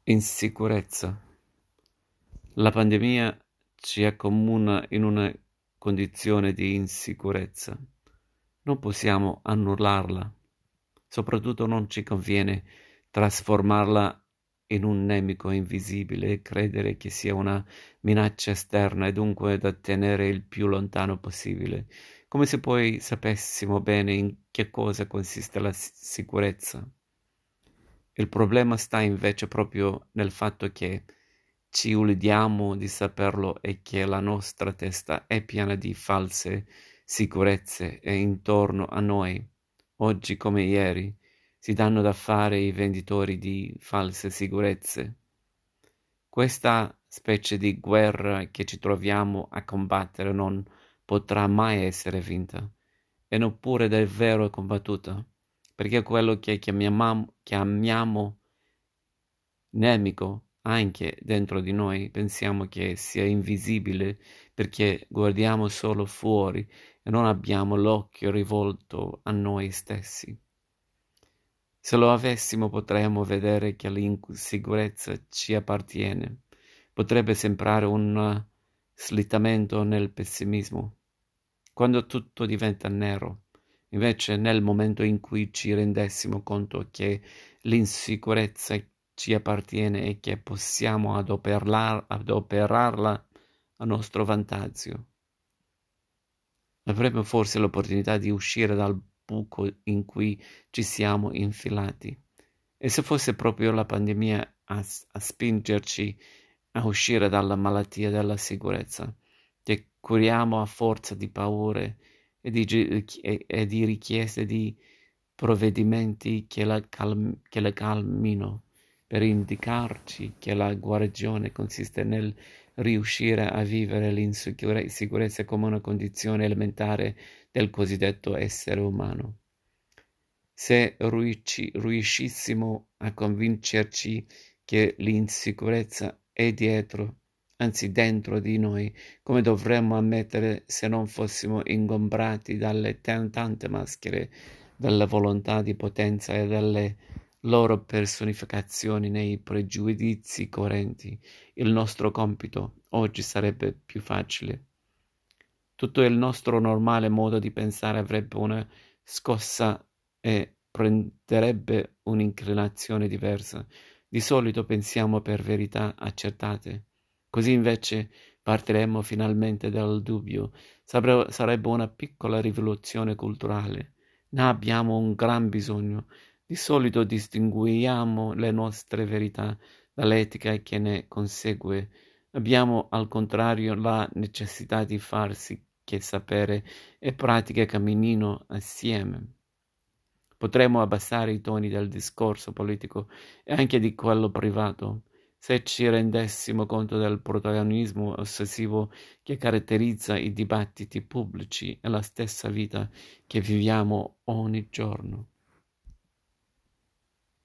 Insicurezza. La pandemia ci accomuna in una condizione di insicurezza. Non possiamo annullarla, soprattutto non ci conviene trasformarla in un nemico invisibile e credere che sia una minaccia esterna e dunque da tenere il più lontano possibile, come se poi sapessimo bene in che cosa consiste la sicurezza. Il problema sta invece proprio nel fatto che ci illudiamo di saperlo e che la nostra testa è piena di false sicurezze e intorno a noi, oggi come ieri, si danno da fare i venditori di false sicurezze. Questa specie di guerra che ci troviamo a combattere non potrà mai essere vinta, e neppure davvero combattuta, perché quello che chiamiamo nemico anche dentro di noi pensiamo che sia invisibile perché guardiamo solo fuori e non abbiamo l'occhio rivolto a noi stessi. Se lo avessimo potremmo vedere che l'insicurezza ci appartiene. Potrebbe sembrare un slittamento nel pessimismo, quando tutto diventa nero. Invece nel momento in cui ci rendessimo conto che l'insicurezza ci appartiene e che possiamo adoperarla a nostro vantaggio, avremo forse l'opportunità di uscire dal buco in cui ci siamo infilati. E se fosse proprio la pandemia a spingerci a uscire dalla malattia della sicurezza, che curiamo a forza di paure e di richieste di provvedimenti che la calmino, per indicarci che la guarigione consiste nel riuscire a vivere l'insicurezza come una condizione elementare del cosiddetto essere umano. Se riuscissimo a convincerci che l'insicurezza è dietro, anzi dentro di noi, come dovremmo ammettere se non fossimo ingombrati dalle tante maschere della volontà di potenza e delle loro personificazioni nei pregiudizi correnti, il nostro compito oggi sarebbe più facile. Tutto il nostro normale modo di pensare avrebbe una scossa e prenderebbe un'inclinazione diversa. Di solito pensiamo per verità accertate. Così invece partiremmo finalmente dal dubbio. Sarebbe una piccola rivoluzione culturale. Ne abbiamo un gran bisogno. Di solito distinguiamo le nostre verità dall'etica che ne consegue. Abbiamo al contrario la necessità di far sì che sapere e pratica camminino assieme. Potremmo abbassare i toni del discorso politico e anche di quello privato, se ci rendessimo conto del protagonismo ossessivo che caratterizza i dibattiti pubblici e la stessa vita che viviamo ogni giorno.